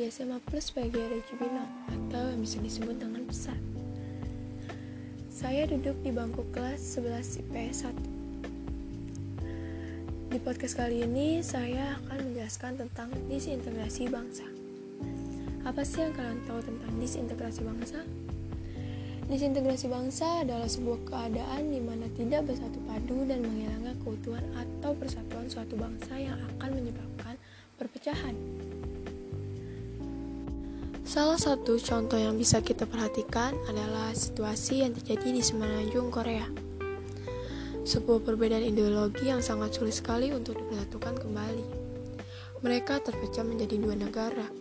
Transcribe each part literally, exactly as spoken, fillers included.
S M A Plus P G R Cibinong atau yang bisa disebut dengan PESAT. Saya duduk di bangku kelas sebelas I P S satu. Di podcast kali ini saya akan menjelaskan tentang disintegrasi bangsa. Apa sih yang kalian tahu tentang disintegrasi bangsa? Disintegrasi bangsa adalah sebuah keadaan di mana tidak bersatu padu dan menghilangkan keutuhan atau persatuan suatu bangsa yang akan menyebabkan perpecahan. Salah satu contoh yang bisa kita perhatikan adalah situasi yang terjadi di Semenanjung, Korea. Sebuah perbedaan ideologi yang sangat sulit sekali untuk dipersatukan kembali. Mereka terpecah menjadi dua negara,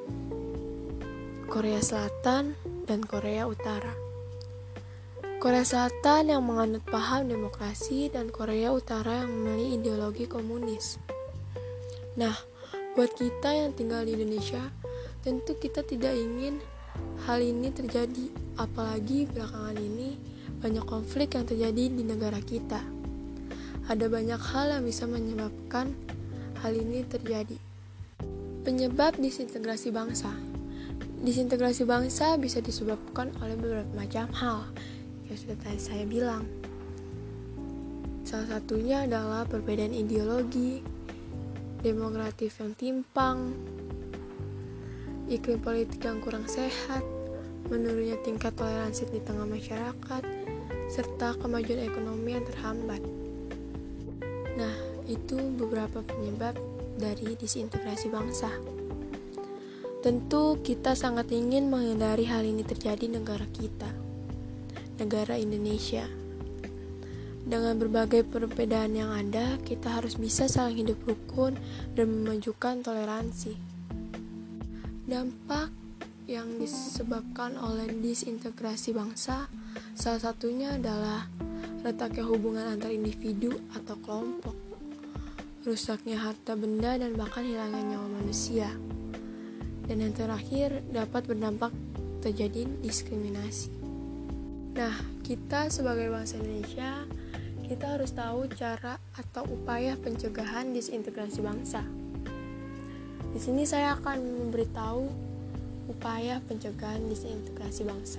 Korea Selatan dan Korea Utara. Korea Selatan yang menganut paham demokrasi dan Korea Utara yang memilih ideologi komunis. Nah, buat kita yang tinggal di Indonesia, tentu kita tidak ingin hal ini terjadi, apalagi belakangan ini banyak konflik yang terjadi di negara kita. Ada banyak hal yang bisa menyebabkan hal ini terjadi. Penyebab disintegrasi bangsa. Disintegrasi bangsa bisa disebabkan oleh beberapa macam hal yang sudah tadi saya bilang. Salah satunya adalah perbedaan ideologi, demokratif yang timpang, iklim politik yang kurang sehat, menurunnya tingkat toleransi di tengah masyarakat, serta kemajuan ekonomi yang terhambat. Nah, itu beberapa penyebab dari disintegrasi bangsa. Tentu kita sangat ingin menghindari hal ini terjadi di negara kita, negara Indonesia. Dengan berbagai perbedaan yang ada, kita harus bisa saling hidup rukun dan memajukan toleransi. Dampak yang disebabkan oleh disintegrasi bangsa, salah satunya adalah retaknya hubungan antar individu atau kelompok, rusaknya harta benda dan bahkan hilangnya nyawa manusia. Dan yang terakhir, dapat berdampak terjadi diskriminasi. Nah, kita sebagai bangsa Indonesia, kita harus tahu cara atau upaya pencegahan disintegrasi bangsa. Di sini saya akan memberitahu upaya pencegahan disintegrasi bangsa.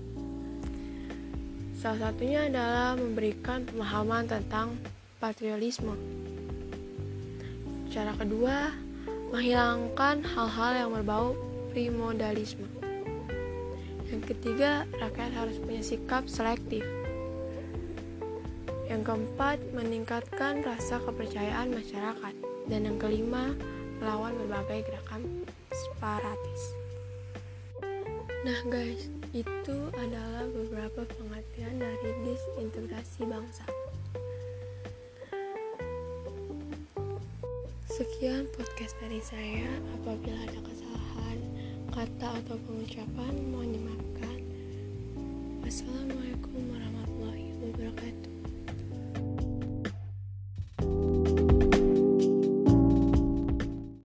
Salah satunya adalah memberikan pemahaman tentang patriotisme. Cara kedua, menghilangkan hal-hal yang berbau primordialisme. Yang ketiga, rakyat harus punya sikap selektif. Yang keempat, meningkatkan rasa kepercayaan masyarakat. Dan yang kelima, melawan berbagai gerakan separatis. Nah guys, itu adalah beberapa pengertian dari disintegrasi bangsa. Sekian podcast dari saya. Apabila ada kesalahan kata atau pengucapan, mohon dimaafkan. Wassalamualaikum warahmatullahi wabarakatuh.